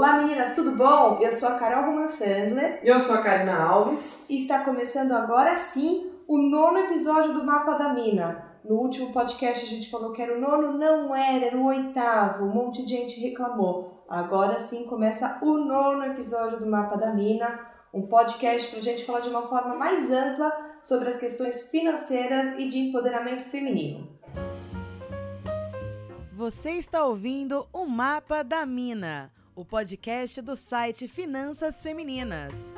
Olá meninas, tudo bom? Eu sou a Carol Roman Sandler. E eu sou a Karina Alves. E está começando agora sim o 9º episódio do Mapa da Mina. No último podcast a gente falou que era o 9º, não era o 8º. Um monte de gente reclamou. Agora sim começa o 9º episódio do Mapa da Mina. Um podcast para a gente falar de uma forma mais ampla sobre as questões financeiras e de empoderamento feminino. Você está ouvindo o Mapa da Mina, o podcast do site Finanças Femininas.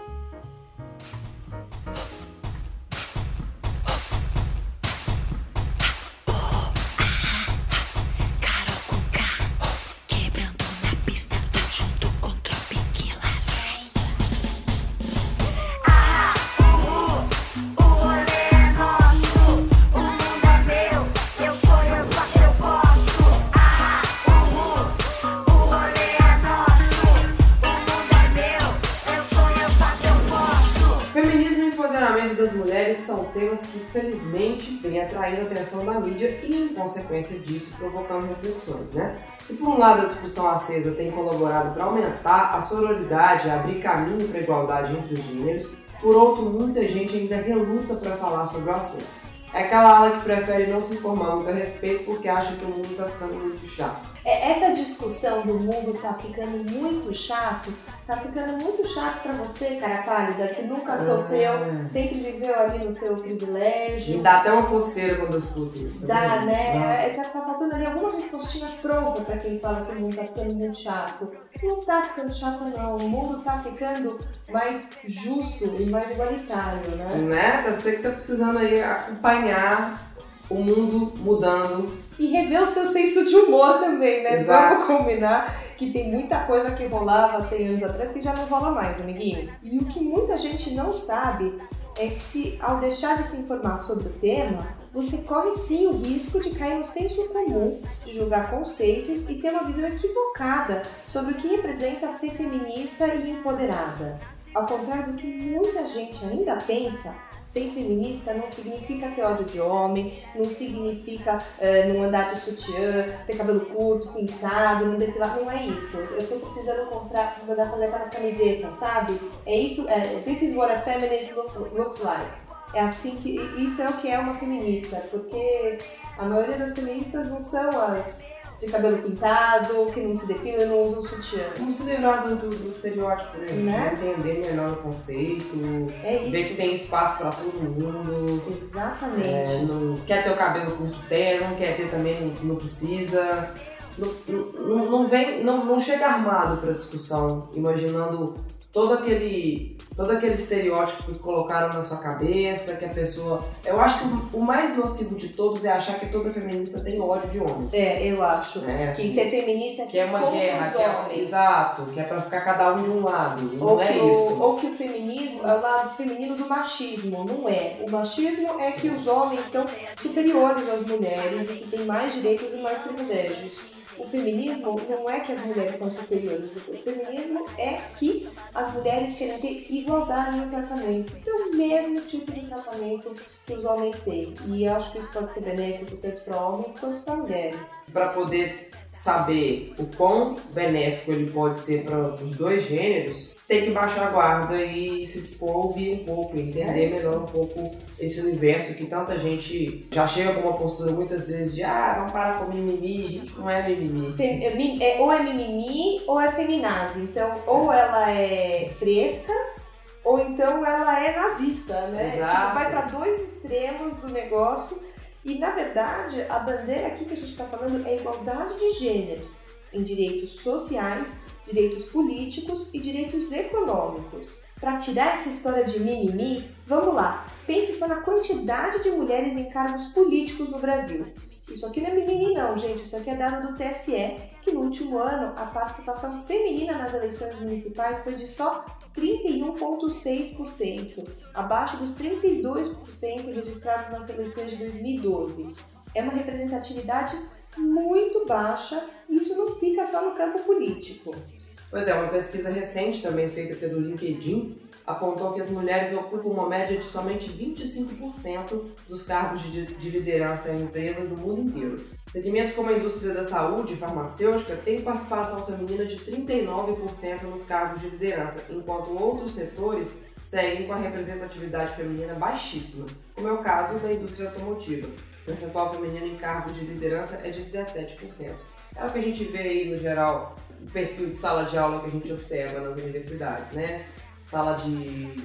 São temas que, felizmente, vêm atraindo a atenção da mídia e, em consequência disso, provocando reflexões, né? Se por um lado a discussão acesa tem colaborado para aumentar a sororidade, abrir caminho para a igualdade entre os gêneros, por outro, muita gente ainda reluta para falar sobre o assunto. É aquela ala que prefere não se informar muito a respeito porque acha que o mundo está ficando muito chato. Essa discussão do mundo tá ficando muito chato pra você, cara pálida, que nunca sofreu, sempre viveu ali no seu privilégio. Me dá até uma coceira quando eu escuto isso. Dá, né? Tá faltando ali alguma respostinha pronta pra quem fala que o mundo tá ficando muito chato. Não tá ficando chato não, o mundo tá ficando mais justo e mais igualitário, né? Você que tá precisando aí acompanhar o mundo mudando. E rever o seu senso de humor também, né? Exato. Vamos combinar que tem muita coisa que rolava 100 anos atrás que já não rola mais, amiguinho. E o que muita gente não sabe é que se, ao deixar de se informar sobre o tema, você corre sim o risco de cair no senso comum, de julgar conceitos e ter uma visão equivocada sobre o que representa ser feminista e empoderada. Ao contrário do que muita gente ainda pensa, ser feminista não significa ter ódio de homem, não significa não andar de sutiã, ter cabelo curto, pintado, não depilar, não é isso. Eu tô precisando mandar fazer aquela camiseta, sabe? É isso, this is what a feminist looks like. É assim que, isso é o que é uma feminista, porque a maioria das feministas não são as de cabelo pintado, que não se depilam, não usam sutiã. Vamos se livrar do estereótipo, né? Entender melhor o conceito, ver que tem espaço para todo mundo. Exatamente. Não quer ter o cabelo curto, não quer ter também, não precisa. Não chega armado para discussão, imaginando todo aquele estereótipo que colocaram na sua cabeça, que a pessoa... Eu acho que o mais nocivo de todos é achar que toda feminista tem ódio de homem. Eu acho. Assim, que ser feminista que é uma guerra, os homens. Exato, que é pra ficar cada um de um lado. Ou não é isso. Ou que o feminismo é o lado feminino do machismo. Não é. O machismo é que os homens são superiores às mulheres e que têm mais direitos e mais privilégios. O feminismo não é que as mulheres são superiores, o feminismo é que as mulheres querem ter igualdade no tratamento, ter o mesmo tipo de tratamento que os homens têm. E eu acho que isso pode ser benéfico tanto para homens quanto para mulheres. Para poder saber o quão benéfico ele pode ser para os dois gêneros, tem que baixar a guarda e se dispor a ouvir um pouco, entender melhor um pouco esse universo que tanta gente já chega com uma postura muitas vezes de vamos parar com mimimi, gente, não é mimimi. Ou é mimimi ou é feminazi, então ou ela é fresca ou então ela é nazista, né? Exato. Vai para dois extremos do negócio e na verdade a bandeira aqui que a gente está falando é igualdade de gêneros em direitos sociais, direitos políticos e direitos econômicos. Para tirar essa história de mimimi, vamos lá. Pense só na quantidade de mulheres em cargos políticos no Brasil. Isso aqui não é mimimi não, gente. Isso aqui é dado do TSE, que no último ano a participação feminina nas eleições municipais foi de só 31,6%, abaixo dos 32% registrados nas eleições de 2012. É uma representatividade muito baixa e isso não fica só no campo político. Pois é, uma pesquisa recente também feita pelo LinkedIn apontou que as mulheres ocupam uma média de somente 25% dos cargos de liderança em empresas do mundo inteiro. Segmentos como a indústria da saúde e farmacêutica têm participação feminina de 39% nos cargos de liderança, enquanto outros setores seguem com a representatividade feminina baixíssima, como é o caso da indústria automotiva. O percentual feminino em cargos de liderança é de 17%. É o que a gente vê aí, no geral, o perfil de sala de aula que a gente observa nas universidades, né? Sala de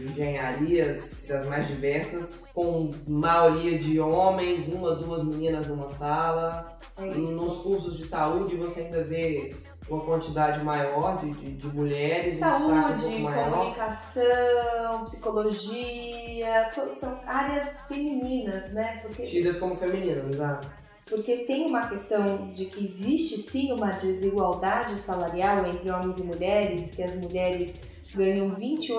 engenharias das mais diversas, com maioria de homens, 1 ou 2 meninas numa sala. Nos cursos de saúde você ainda vê uma quantidade maior de mulheres. Saúde, comunicação, psicologia, são áreas femininas, né? Tidas como femininas, exato. Porque tem uma questão de que existe sim uma desigualdade salarial entre homens e mulheres, que as mulheres ganham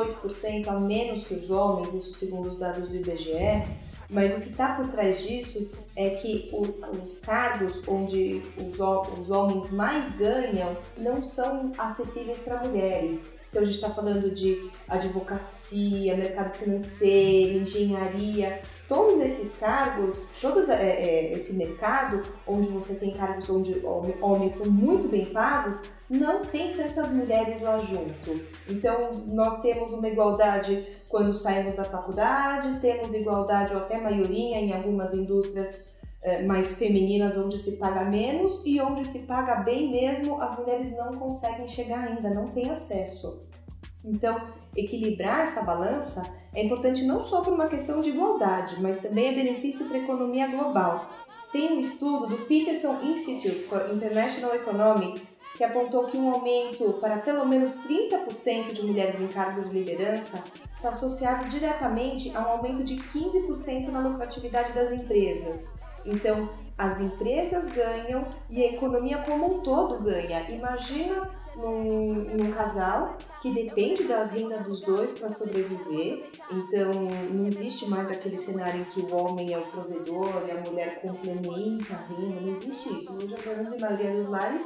28% a menos que os homens, isso segundo os dados do IBGE, mas o que está por trás disso é que os cargos onde os homens mais ganham não são acessíveis para mulheres. Então a gente está falando de advocacia, mercado financeiro, engenharia, todos esses cargos, esse mercado onde você tem cargos onde homens são muito bem pagos, não tem tantas mulheres lá junto. Então nós temos uma igualdade quando saímos da faculdade, temos igualdade ou até maioria em algumas indústrias mais femininas onde se paga menos e onde se paga bem mesmo, as mulheres não conseguem chegar ainda, não têm acesso. Então, equilibrar essa balança é importante não só por uma questão de igualdade, mas também é benefício para a economia global. Tem um estudo do Peterson Institute for International Economics que apontou que um aumento para pelo menos 30% de mulheres em cargos de liderança está associado diretamente a um aumento de 15% na lucratividade das empresas. Então, as empresas ganham e a economia como um todo ganha. Imagina num casal que depende da renda dos dois para sobreviver, então não existe mais aquele cenário em que o homem é o provedor e a mulher complementa a renda, não existe isso. Hoje, a grande maioria dos lares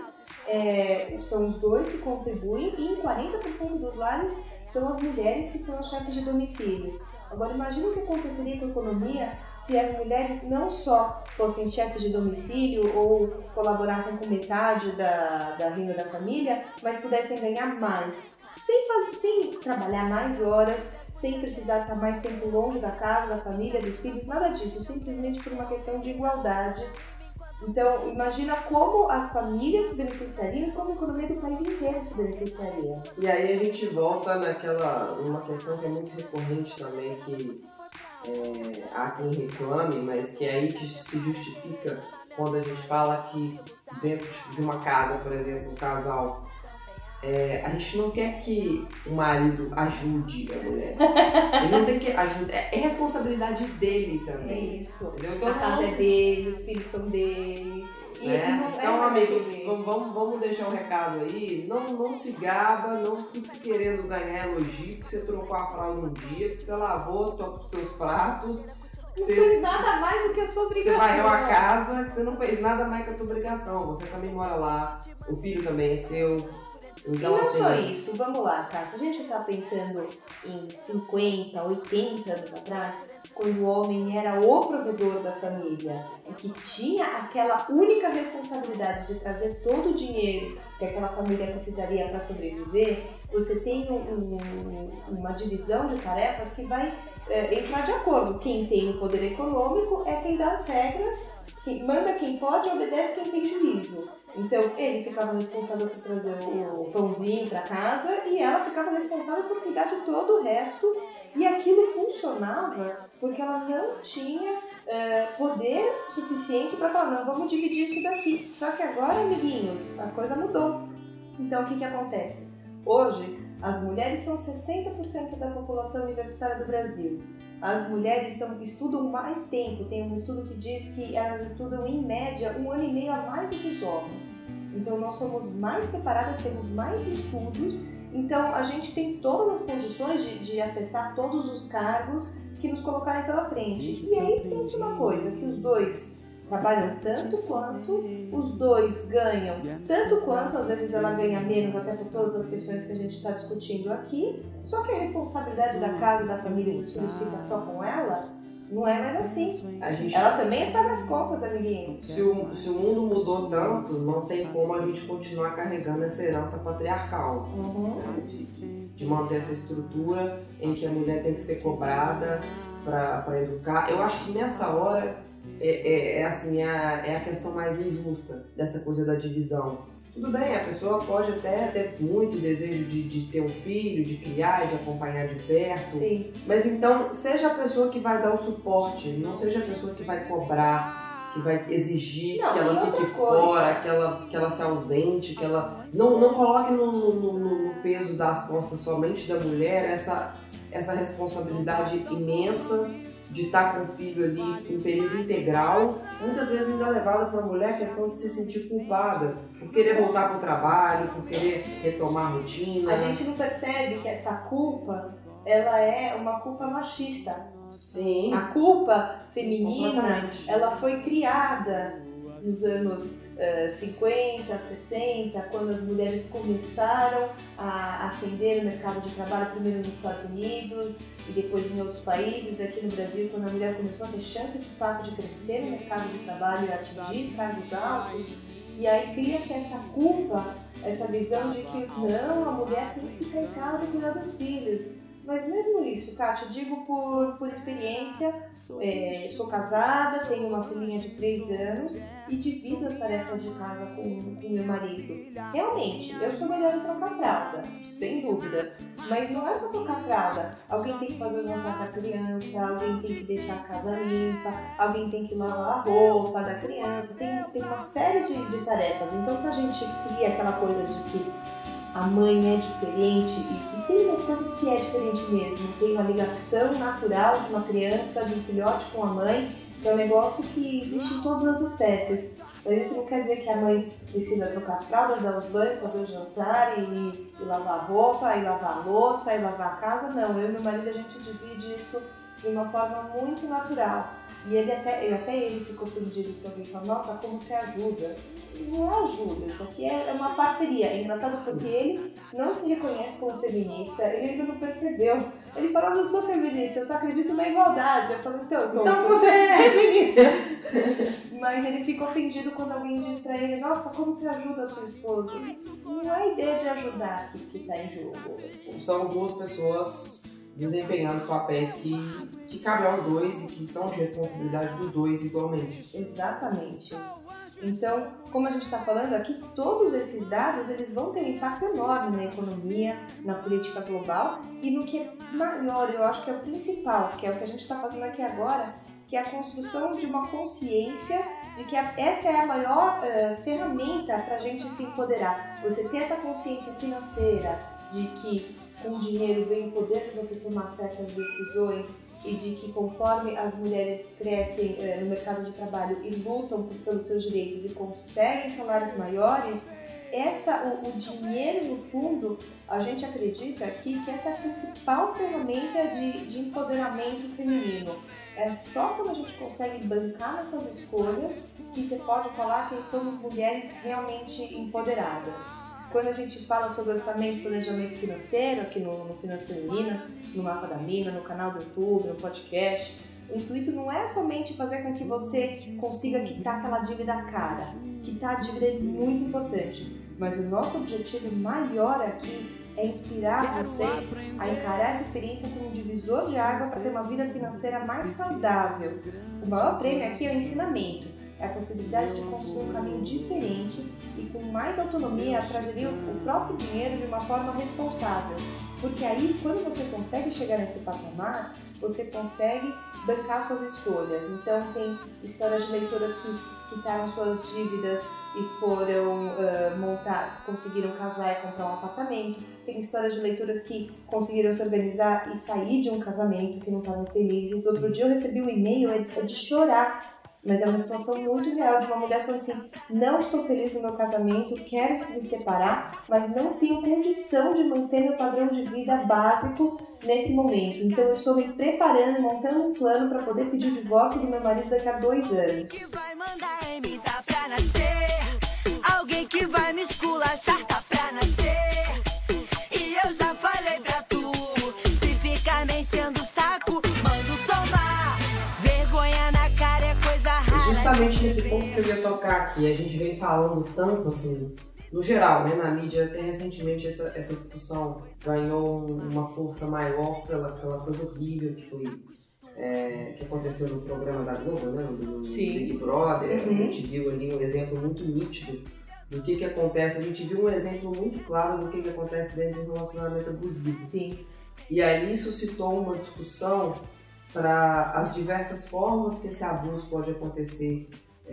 são os dois que contribuem e em 40% dos lares são as mulheres que são as chefes de domicílio. Agora imagina o que aconteceria com a economia se as mulheres não só fossem chefes de domicílio ou colaborassem com metade da renda da família, mas pudessem ganhar mais, sem trabalhar mais horas, sem precisar estar mais tempo longe da casa, da família, dos filhos, nada disso, simplesmente por uma questão de igualdade. Então, imagina como as famílias se beneficiariam e como a economia do país inteiro se beneficiaria. E aí a gente volta uma questão que é muito recorrente também, que há quem reclame, mas que é aí que se justifica quando a gente fala que dentro de uma casa, por exemplo, um casal, a gente não quer que o marido ajude a mulher. Ele não tem que ajudar, é responsabilidade dele também. É isso. Entendeu? Então, a casa é dele, os filhos são dele. Então, amigos, vamos deixar um recado aí. Não se gaba, não fique querendo ganhar elogio que você trocou a fralda um dia, que você lavou os seus pratos. Não fez nada mais do que a sua obrigação. Você varreu a casa, que você não fez nada mais que a sua obrigação. Você também mora lá, o filho também é seu. Então, e não só isso, vamos lá, Cássia. A gente está pensando em 50, 80 anos atrás, quando o homem era o provedor da família e que tinha aquela única responsabilidade de trazer todo o dinheiro que aquela família precisaria para sobreviver. Você tem uma divisão de tarefas que vai entrar de acordo. Quem tem o poder econômico é quem dá as regras, quem manda quem pode, obedece quem tem juízo. Então ele ficava responsável por trazer o pãozinho para casa e ela ficava responsável por cuidar de todo o resto. E aquilo funcionava porque ela não tinha poder suficiente para falar, não, vamos dividir isso daqui. Só que agora, amiguinhos, a coisa mudou. Então o que acontece? Hoje, as mulheres são 60% da população universitária do Brasil. As mulheres estudam mais tempo. Tem um estudo que diz que elas estudam em média 1 ano e meio a mais do que os homens. Então nós somos mais preparadas, temos mais estudos. Então a gente tem todas as condições de acessar todos os cargos que nos colocarem pela frente. E aí pensa uma coisa, que os dois trabalham tanto quanto, os dois ganham tanto quanto, às vezes ela ganha menos, até por todas as questões que a gente está discutindo aqui, só que a responsabilidade da casa, da família e dos filhos fica só com ela, não é mais assim. Ela também paga as contas, amiguinho. Se o mundo mudou tanto, não tem como a gente continuar carregando essa herança patriarcal. De manter essa estrutura em que a mulher tem que ser cobrada para educar. Eu acho que nessa hora é a questão mais injusta dessa coisa da divisão. Tudo bem, a pessoa pode até ter muito desejo de ter um filho, de criar, de acompanhar de perto. Sim. Mas então, seja a pessoa que vai dar o suporte, não seja a pessoa que vai cobrar, que vai exigir que ela fique fora, que ela se ausente, que ela... Não coloque no peso das costas somente da mulher essa responsabilidade imensa de estar com o filho ali em período integral, muitas vezes ainda levada para a mulher a questão de se sentir culpada, por querer voltar para o trabalho, por querer retomar a rotina. A gente não percebe que essa culpa, ela é uma culpa machista. Sim. A culpa feminina, ela foi criada nos anos 50, 60, quando as mulheres começaram a ascender no mercado de trabalho, primeiro nos Estados Unidos e depois em outros países. Aqui no Brasil, quando a mulher começou a ter chance de fato de crescer no mercado de trabalho e atingir cargos altos, e aí cria-se essa culpa, essa visão de que não, a mulher tem que ficar em casa e cuidar dos filhos. Mas mesmo isso, Kátia, digo por experiência, sou casada, tenho uma filhinha de 3 anos e divido as tarefas de casa com meu marido. Realmente, eu sou melhor em trocar fralda, sem dúvida. Mas não é só trocar fralda. Alguém tem que fazer o jantar da criança, alguém tem que deixar a casa limpa, alguém tem que lavar a roupa da criança. Tem uma série de tarefas. Então, se a gente cria aquela coisa de que a mãe é diferente e tem umas coisas que é diferente mesmo, tem uma ligação natural de uma criança, de um filhote com a mãe, que é um negócio que existe em todas as espécies. Mas isso não quer dizer que a mãe precisa trocar as fraldas, dar os banhos, fazer o jantar e lavar a roupa, e lavar a louça, e lavar a casa. Não, eu e meu marido a gente divide isso de uma forma muito natural. E até ele ficou ofendido sobre isso. Nossa, como você ajuda? Não é ajuda, isso aqui é uma parceria. É engraçado porque ele não se reconhece como feminista, ele ainda não percebeu. Ele falou, eu não sou feminista, eu só acredito na igualdade. Eu falei, então você é feminista. Mas ele fica ofendido quando alguém diz pra ele, nossa, como você ajuda a sua esposa? Não é a ideia de ajudar que tá em jogo. São duas pessoas desempenhando papéis que cabem aos dois e que são de responsabilidade dos dois igualmente. Exatamente. Então, como a gente está falando aqui, todos esses dados eles vão ter um impacto enorme na economia, na política global e no que é maior, eu acho que é o principal, que é o que a gente está fazendo aqui agora, que é a construção de uma consciência de que essa é a maior ferramenta para a gente se empoderar. Você ter essa consciência financeira de que com o dinheiro vem o poder de você tomar certas decisões e de que conforme as mulheres crescem no mercado de trabalho e lutam pelos seus direitos e conseguem salários maiores, o dinheiro, no fundo, a gente acredita aqui que essa é a principal ferramenta de empoderamento feminino. É só quando a gente consegue bancar nossas escolhas que você pode falar que somos mulheres realmente empoderadas. Quando a gente fala sobre orçamento e planejamento financeiro, aqui no Finanças Femininas, no Mapa da Mina, no canal do YouTube, no podcast, o intuito não é somente fazer com que você consiga quitar aquela dívida cara. Quitar a dívida é muito importante, mas o nosso objetivo maior aqui é inspirar vocês a encarar essa experiência como um divisor de água para ter uma vida financeira mais saudável. O maior prêmio aqui é o ensinamento. É a possibilidade de construir um caminho diferente e com mais autonomia para gerir o próprio dinheiro de uma forma responsável. Porque aí, quando você consegue chegar nesse patamar, você consegue bancar suas escolhas. Então, tem histórias de leitoras que quitaram suas dívidas e foram conseguiram casar e comprar um apartamento. Tem histórias de leitoras que conseguiram se organizar e sair de um casamento, que não estavam felizes. Outro dia eu recebi um e-mail de chorar. Mas é uma situação muito real de uma mulher falando assim, não estou feliz no meu casamento, quero me separar, mas não tenho condição de manter meu padrão de vida básico nesse momento. Então eu estou me preparando, montando um plano para poder pedir o divórcio do meu marido daqui a 2 anos. Que vai mandar me dar pra nascer, alguém que vai me esculachar tá pra nascer. E eu já falei pra tu, se ficar me enchendo o saco, mando tomar. Vergonha na cara é coisa rara. Justamente nesse ponto que eu ia tocar aqui, a gente vem falando tanto assim, no geral, né, na mídia, até recentemente essa discussão ganhou uma força maior pela coisa horrível que foi, que aconteceu no programa da Globo, né, no Big Brother. A gente viu ali um exemplo muito nítido do que acontece, a gente viu um exemplo muito claro do que acontece dentro de um relacionamento abusivo. Sim. E aí suscitou uma discussão para as diversas formas que esse abuso pode acontecer.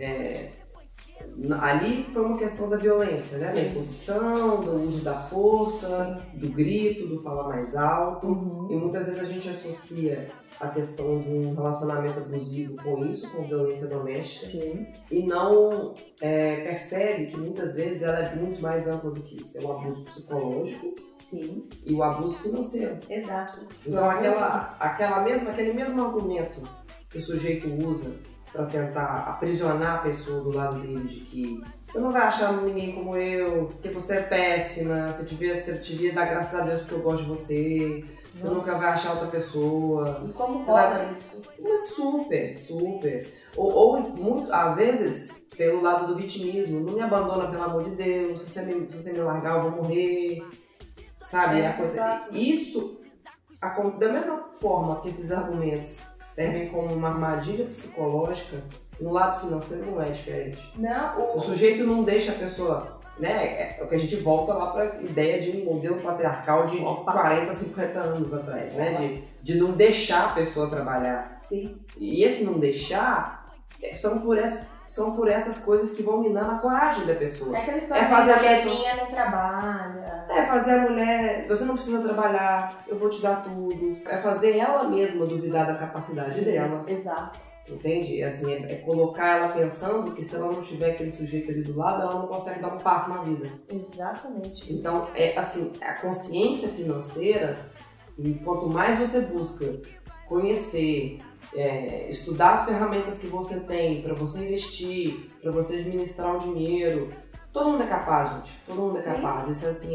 Ali foi uma questão da violência, né? Da imposição, do uso da força, do grito, do falar mais alto. E muitas vezes a gente associa a questão de um relacionamento abusivo com isso, com violência doméstica. Sim. E não percebe que muitas vezes ela é muito mais ampla do que isso. É um abuso psicológico. Sim. E o abuso financeiro. Exato. Então aquele mesmo argumento que o sujeito usa para tentar aprisionar a pessoa do lado dele, de que você não vai achar ninguém como eu, porque você é péssima, você devia dar graças a Deus porque eu gosto de você, você nunca vai achar outra pessoa. E como roda isso? Mas super. Ou muito, às vezes, pelo lado do vitimismo, não me abandona pelo amor de Deus, se você me largar eu vou morrer, sabe? Isso, da mesma forma que esses argumentos servem como uma armadilha psicológica, no lado financeiro não é diferente. Não, o sujeito não deixa a pessoa, né? É o que a gente volta lá para a ideia de um modelo patriarcal de 40, 50 anos atrás, né? De não deixar a pessoa trabalhar. Sim. E esse não deixar são por essas coisas que vão minando a coragem da pessoa. É aquela história fazer a mulher minha não trabalha. É fazer a mulher, você não precisa trabalhar, eu vou te dar tudo. É fazer ela mesma duvidar da capacidade dela. Exato. Entende? Assim, é colocar ela pensando que se ela não tiver aquele sujeito ali do lado, ela não consegue dar um passo na vida. Exatamente. Então, assim, a consciência financeira, e quanto mais você busca conhecer, estudar as ferramentas que você tem para você investir, para você administrar o dinheiro, todo mundo é capaz, gente. Todo mundo é capaz. Isso, assim,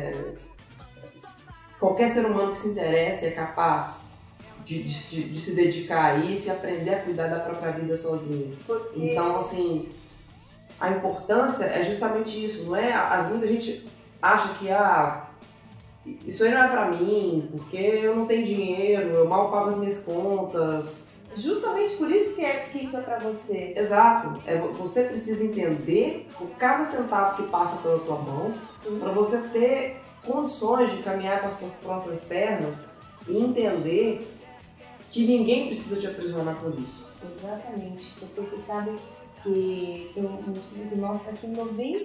qualquer ser humano que se interesse é capaz de se dedicar a isso e aprender a cuidar da própria vida sozinho. Então, assim, a importância é justamente isso, não é? Muita gente acha que isso aí não é pra mim, porque eu não tenho dinheiro, eu mal pago as minhas contas. Justamente por isso que isso é pra você. Exato. Você precisa entender por cada centavo que passa pela tua mão, para você ter condições de caminhar com as tuas próprias pernas e entender que ninguém precisa te aprisionar por isso. Exatamente, porque você sabe que tem um estudo que mostra que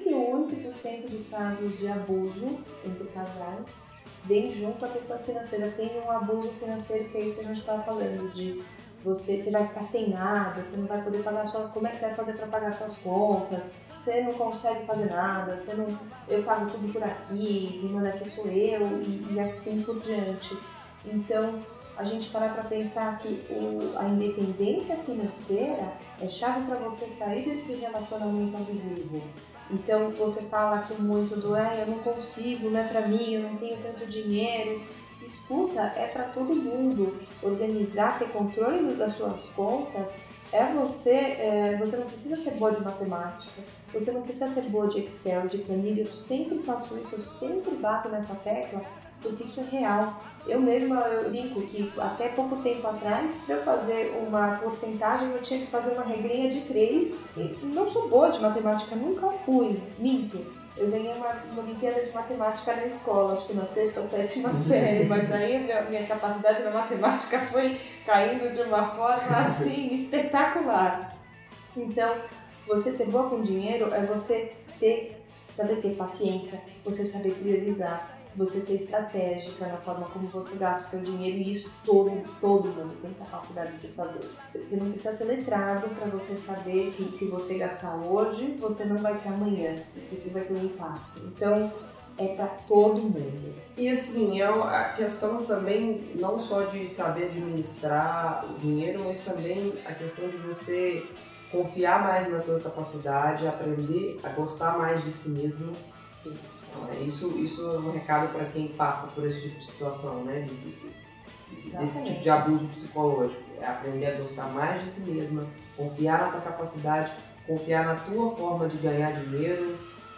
98% dos casos de abuso entre casais vem junto à questão financeira. Tem um abuso financeiro, que é isso que a gente estava falando, de você vai ficar sem nada, você não vai poder pagar como é que você vai fazer para pagar suas contas, você não consegue fazer nada, eu pago tudo por aqui, quem manda aqui sou eu, e assim por diante. Então, a gente parar para pensar que a independência financeira é chave para você sair desse relacionamento abusivo. Então, você fala aqui muito do eu não consigo, não é para mim, eu não tenho tanto dinheiro. Escuta, é para todo mundo. Organizar, ter controle das suas contas você não precisa ser boa de matemática, você não precisa ser boa de Excel, de planilha. Eu sempre faço isso, eu sempre bato nessa tecla, porque isso é real. Eu mesma brinco que até pouco tempo atrás, para eu fazer uma porcentagem, eu tinha que fazer uma regrinha de 3. E não sou boa de matemática, nunca fui, minto. Eu ganhei uma Olimpíada de Matemática na escola, acho que na 6ª, 7ª série, mas daí a minha capacidade na matemática foi caindo de uma forma assim espetacular. Então, você ser boa com dinheiro é você saber ter paciência, você saber priorizar, você ser estratégica na forma como você gasta o seu dinheiro, e isso todo mundo tem capacidade de fazer. Você não precisa ser letrado para você saber que se você gastar hoje, você não vai ter amanhã, que isso vai ter um impacto. Então, é para todo mundo. E assim, a questão também não só de saber administrar o dinheiro, mas também a questão de você confiar mais na tua capacidade, aprender a gostar mais de si mesmo. Sim. Isso é um recado para quem passa por esse tipo de situação, né? Desse tipo de abuso psicológico. É aprender a gostar mais de si mesma, confiar na tua capacidade, confiar na tua forma de ganhar dinheiro,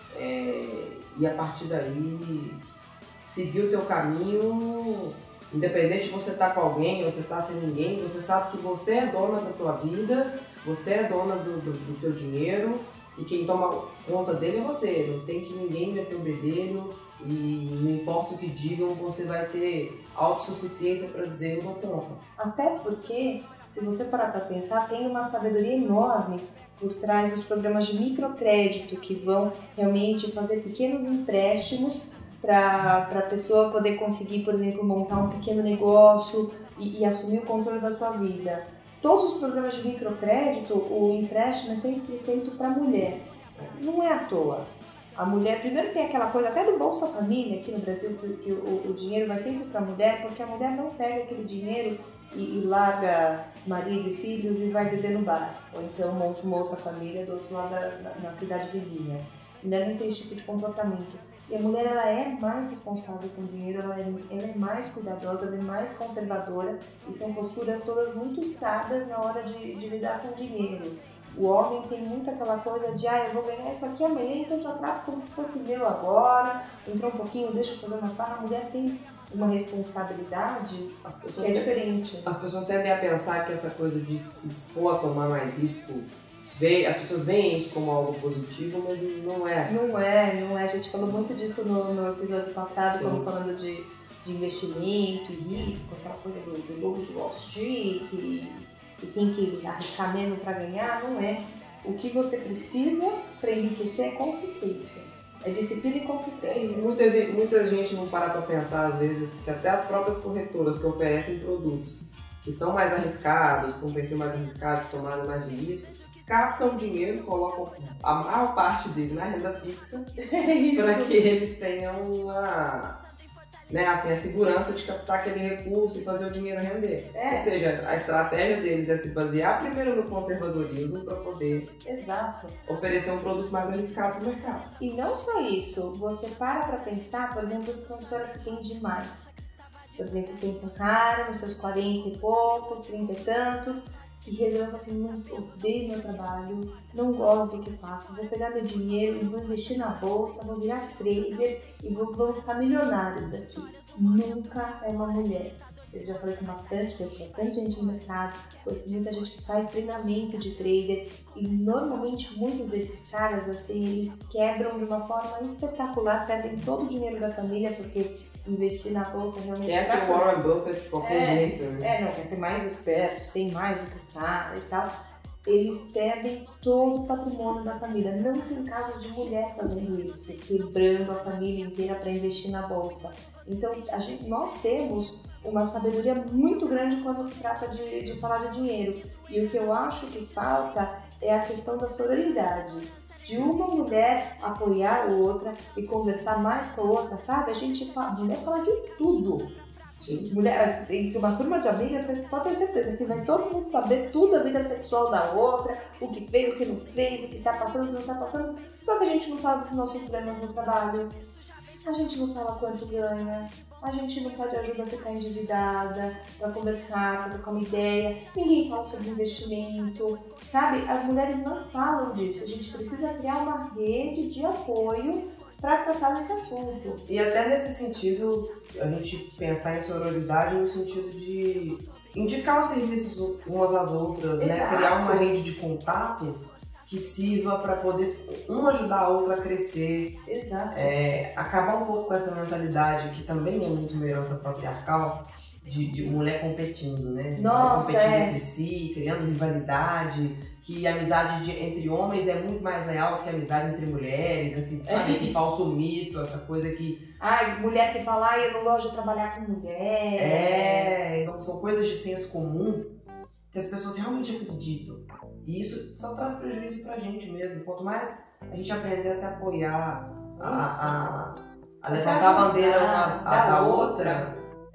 e a partir daí seguir o teu caminho, independente de você estar com alguém, você estar sem ninguém, você sabe que você é dona da tua vida, você é dona do teu dinheiro, e quem toma conta dele é você. Não tem que ninguém meter o bedelho, e não importa o que digam, você vai ter autossuficiência para dizer eu dou conta. Até porque, se você parar para pensar, tem uma sabedoria enorme por trás dos programas de microcrédito que vão realmente fazer pequenos empréstimos para a pessoa poder conseguir, por exemplo, montar um pequeno negócio e assumir o controle da sua vida. Todos os programas de microcrédito, o empréstimo é sempre feito para a mulher. Não é à toa. A mulher, primeiro tem aquela coisa até do Bolsa Família aqui no Brasil, que o dinheiro vai sempre para a mulher, porque a mulher não pega aquele dinheiro e larga marido e filhos e vai beber no bar. Ou então monta uma outra família do outro lado na cidade vizinha. A mulher não tem esse tipo de comportamento. E a mulher, ela é mais responsável com o dinheiro, ela é mais cuidadosa, ela é mais conservadora, e são posturas todas muito sábias na hora de lidar com o dinheiro. O homem tem muito aquela coisa de, eu vou ganhar isso aqui amanhã, então já trato como se fosse meu agora, entrou um pouquinho, deixa eu fazer uma farra. A mulher tem uma responsabilidade que é diferente. As pessoas tendem a pensar que essa coisa de se dispor a tomar mais risco, as pessoas veem isso como algo positivo, mas não é. Não é. A gente falou muito disso no episódio passado, Sim. quando falando de investimento e risco, aquela coisa do lobo de Wall Street, e tem que arriscar mesmo para ganhar. Não é. O que você precisa para enriquecer é consistência. É disciplina e consistência. Muita gente não para pra pensar, às vezes, que até as próprias corretoras que oferecem produtos que são mais arriscados, com um perfil mais arriscado, de tomada mais de risco, captam dinheiro, colocam a maior parte dele na renda fixa para que eles tenham a segurança de captar aquele recurso e fazer o dinheiro render. Ou seja, a estratégia deles é se basear primeiro no conservadorismo para poder oferecer um produto mais arriscado para o mercado. E não só isso, você para pensar, por exemplo, são histórias que tem demais. Por exemplo, pensa um cara nos seus 40 e poucos, 30 e tantos, que resolve assim, não odeio meu trabalho, não gosto do que faço, vou pegar meu dinheiro e vou investir na bolsa, vou virar trader e vou ficar milionários aqui. Nunca é uma mulher. Eu já falei com bastante gente no mercado, conheço muita gente que faz treinamento de trader, e normalmente muitos desses caras, assim, eles quebram de uma forma espetacular, perdem todo o dinheiro da família, porque investir na bolsa realmente... Quer ser o Warren Buffett de qualquer jeito, né? Não, quer ser mais esperto, sem mais o que tá e tal. Eles perdem todo o patrimônio da família. Não tem casos de mulher fazendo isso, quebrando a família inteira para investir na bolsa. Então, nós temos uma sabedoria muito grande quando se trata de falar de dinheiro. E o que eu acho que falta é a questão da sororidade. De uma mulher apoiar a outra e conversar mais com a outra, sabe? Mulher fala de tudo. Sim. Mulher, entre uma turma de amigas, você pode ter certeza que vai todo mundo saber tudo da vida sexual da outra, o que fez, o que não fez, o que tá passando, o que não tá passando. Só que a gente não fala dos nossos problemas no trabalho, a gente não fala quanto ganha, a gente não pede ajuda se tá endividada, pra conversar, pra trocar uma ideia, ninguém fala sobre investimento, sabe? As mulheres não falam disso, a gente precisa criar uma rede de apoio para tratar desse assunto. E até nesse sentido, a gente pensar em sororidade no sentido de indicar os serviços umas às outras, né? Criar uma rede de contato que sirva para poder uma ajudar a outra a crescer. Exato. Acabar um pouco com essa mentalidade que também é muito uma herança patriarcal, de mulher competindo, né? Nossa, mulher competindo entre si, criando rivalidade, que a amizade entre homens é muito mais leal do que a amizade entre mulheres, assim, sabe? Esse falso mito, essa coisa que... Ai, mulher que fala, eu não gosto de trabalhar com mulher. São coisas de senso comum que as pessoas realmente acreditam. E isso só traz prejuízo pra gente mesmo. Quanto mais a gente aprender a se apoiar, a levantar a bandeira uma da outra,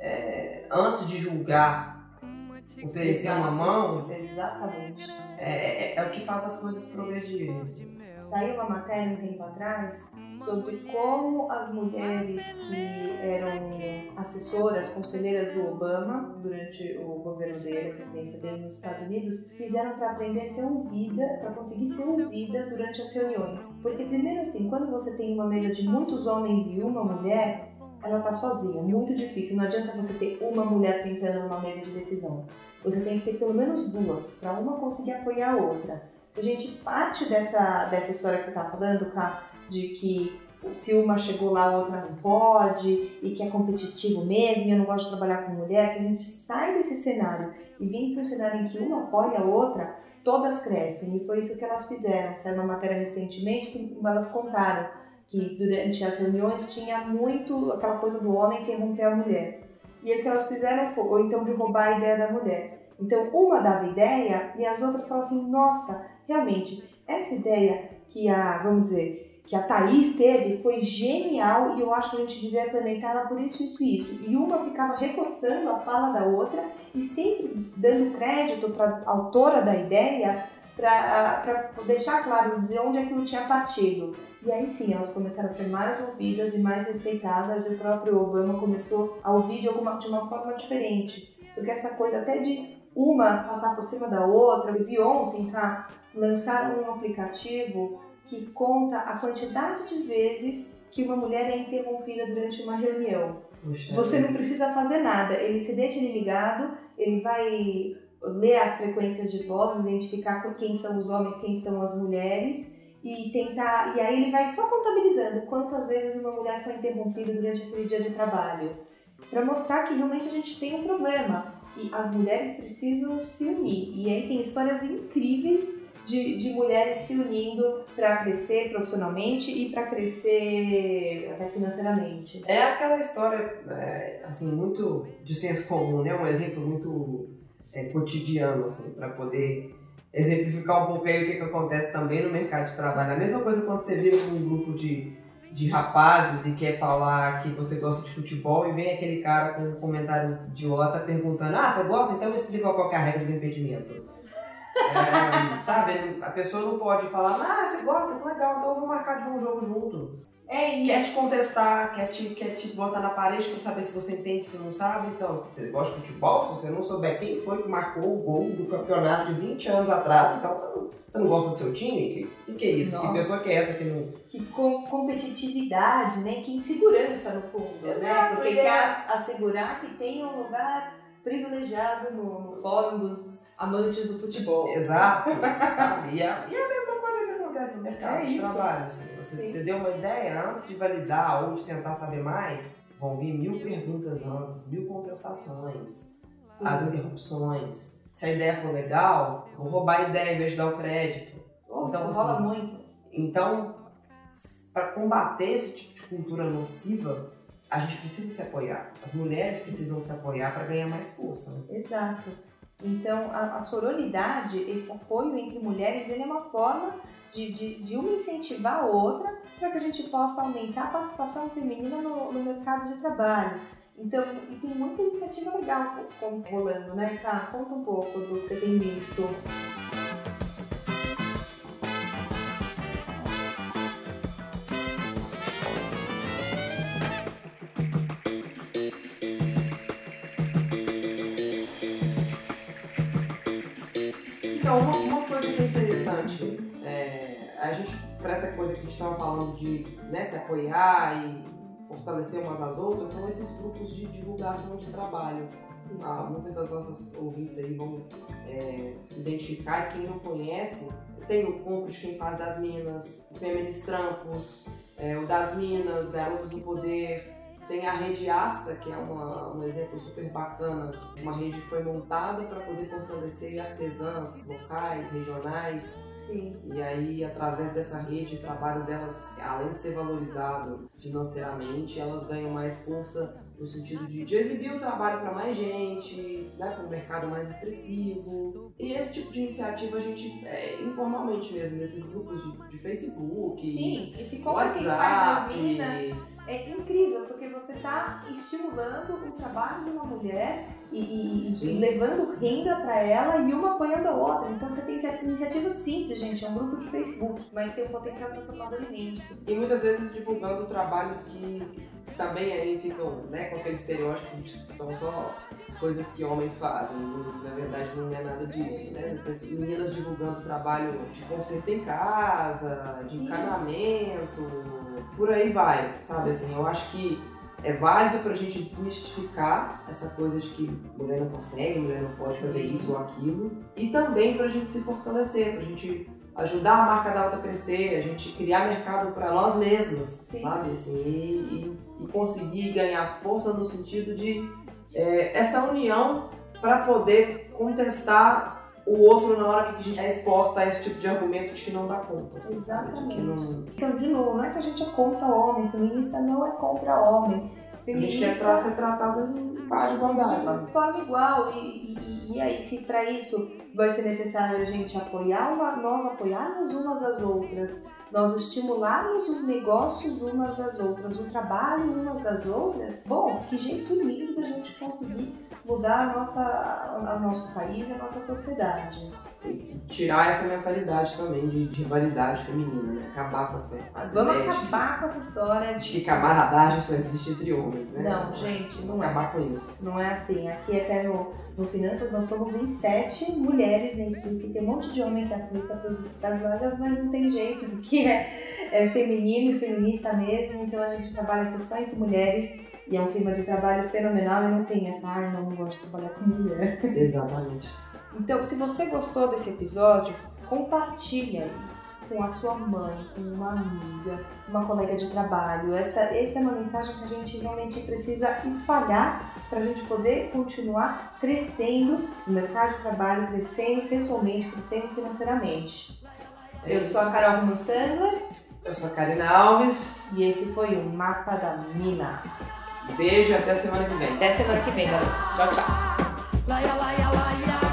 antes de julgar, oferecer uma mão, exatamente. É o que faz as coisas progredirem. Assim. Saiu uma matéria um tempo atrás sobre como as mulheres que eram assessoras, conselheiras do Obama durante o governo dele, a presidência dele nos Estados Unidos, fizeram para aprender a ser ouvida, para conseguir ser ouvidas durante as reuniões. Porque primeiro assim, quando você tem uma mesa de muitos homens e uma mulher, ela tá sozinha, muito difícil. Não adianta você ter uma mulher sentando numa mesa de decisão. Você tem que ter pelo menos duas, para uma conseguir apoiar a outra. A gente parte dessa história que você tá falando, Ká, de que se uma chegou lá, a outra não pode, e que é competitivo mesmo, e eu não gosto de trabalhar com mulher. Se a gente sai desse cenário e vem para um cenário em que uma apoia a outra, todas crescem. E foi isso que elas fizeram. Saiu uma matéria recentemente que elas contaram que durante as reuniões tinha muito aquela coisa do homem interromper a mulher. E o que elas fizeram foi, ou então de roubar a ideia da mulher. Então uma dava ideia e as outras falavam assim, nossa, realmente, essa ideia que vamos dizer, que a Thaís teve foi genial e eu acho que a gente devia implementar ela por isso, isso e isso. E uma ficava reforçando a fala da outra e sempre dando crédito para a autora da ideia para deixar claro de onde aquilo tinha partido. E aí sim, elas começaram a ser mais ouvidas e mais respeitadas e o próprio Obama começou a ouvir de uma forma diferente. Porque essa coisa até de uma passar por cima da outra, eu vi ontem, lançaram um aplicativo que conta a quantidade de vezes que uma mulher é interrompida durante uma reunião. Puxa, você não precisa fazer nada, você deixa ele ligado, ele vai ler as frequências de voz, identificar quem são os homens, quem são as mulheres e tentar, e aí ele vai só contabilizando quantas vezes uma mulher foi interrompida durante aquele dia de trabalho, para mostrar que realmente a gente tem um problema e as mulheres precisam se unir. E aí tem histórias incríveis de mulheres se unindo para crescer profissionalmente e para crescer até financeiramente. É aquela história, assim, muito de senso comum, né? Um exemplo muito cotidiano, assim, para poder exemplificar um pouco aí o que acontece também no mercado de trabalho. A mesma coisa quando você vira um grupo de rapazes e quer falar que você gosta de futebol e vem aquele cara com um comentário idiota perguntando: você gosta? Então me explica qual que é a regra do impedimento. Sabe, a pessoa não pode falar, você gosta, que legal, então vamos marcar de ver um jogo junto. É isso. Quer te contestar, quer te botar na parede pra saber se você entende, se não sabe. Então, você gosta de futebol, se você não souber quem foi que marcou o gol do campeonato de 20 anos atrás, então você não gosta do seu time? O que é isso? Nossa. Que pessoa que é essa que não... Que competitividade, né? Que insegurança no fundo, Exato, né? Porque quer assegurar que tem um lugar privilegiado no fórum dos amantes do futebol. Exato, sabe? E é a mesma coisa que acontece no mercado de trabalho. Assim. Você deu uma ideia, antes de validar ou de tentar saber mais, vão vir 1000 perguntas antes, 1000 contestações, as interrupções. Se a ideia for legal, vou roubar a ideia em vez de dar o crédito. Então, isso rola muito. Então, para combater esse tipo de cultura nociva, a gente precisa se apoiar. As mulheres precisam se apoiar para ganhar mais força. Né? Exato. Então, a sororidade, esse apoio entre mulheres, ele é uma forma de uma incentivar a outra para que a gente possa aumentar a participação feminina no mercado de trabalho. Então, e tem muita iniciativa legal rolando, né, Cá? Conta um pouco do que você tem visto. Então, uma coisa que é interessante, a gente, para essa coisa que a gente estava falando de se apoiar e fortalecer umas às outras, são esses grupos de divulgação de trabalho. Muitas das nossas ouvintes aí vão se identificar, e quem não conhece, tem o Compros Quem Faz das Minas, o Feminist Trampos, o das Minas, Garotas do Poder. Tem a rede Asta, que é um exemplo super bacana, uma rede que foi montada para poder fortalecer artesãs locais, regionais. Sim. E aí, através dessa rede, o trabalho delas, além de ser valorizado financeiramente, elas ganham mais força no sentido de exibir o trabalho para mais gente, né, para um mercado mais expressivo. E esse tipo de iniciativa a gente, informalmente mesmo, nesses grupos de Facebook, Sim, esse como quem faz as minas WhatsApp. é incrível, porque você está estimulando o trabalho de uma mulher e levando renda para ela e uma apoiando a outra. Então você tem iniciativas simples, gente, é um grupo de Facebook, mas tem um potencial transformador imenso. E muitas vezes divulgando trabalhos que também aí ficam, né, com aquele estereótipo de que são só coisas que homens fazem. Na verdade não é nada disso, né? Meninas divulgando trabalho de conserto em casa, de encanamento, por aí vai, sabe? Assim, eu acho que é válido pra gente desmistificar essa coisa de que mulher não consegue, mulher não pode fazer isso ou aquilo. E também pra gente se fortalecer, pra gente ajudar a marca da Alta a crescer, a gente criar mercado para nós mesmos, sabe? Assim, e conseguir ganhar força no sentido de essa união para poder contestar o outro na hora que a gente é exposta a esse tipo de argumento de que não dá conta. Assim, exatamente. Não... Então, de novo, não é que a gente é contra homem, feminista não é contra homem. Feminista, a gente quer ser tratada em paz de igualdade. De forma igual. E aí, se para isso vai ser necessário a gente nós apoiarmos umas às outras, nós estimularmos os negócios umas das outras, o trabalho umas das outras, bom, que jeito lindo da gente conseguir mudar o nosso país e a nossa sociedade. E tirar essa mentalidade também de rivalidade feminina, né? Acabar com essa Vamos ideia acabar com essa história de que camaradagem só existe entre homens, né? Não, gente, não é. Acabar com isso. Não é assim. Aqui até no Finanças nós somos em 7 mulheres na equipe. Tem um monte de homem que aplica para as vagas, mas não tem jeito, porque é feminino e feminista mesmo. Então a gente trabalha aqui só entre mulheres e é um clima de trabalho fenomenal e não tem essa, não gosto de trabalhar com mulher. Exatamente. Então, se você gostou desse episódio, compartilha aí com a sua mãe, com uma amiga, uma colega de trabalho. Essa é uma mensagem que a gente realmente precisa espalhar para a gente poder continuar crescendo no mercado de trabalho, crescendo pessoalmente, crescendo financeiramente. Eu sou a Carol Romansandler. Eu sou a Karina Alves. E esse foi o Mapa da Mina. Beijo e até semana que vem. Até semana que vem, galera. Tchau, tchau.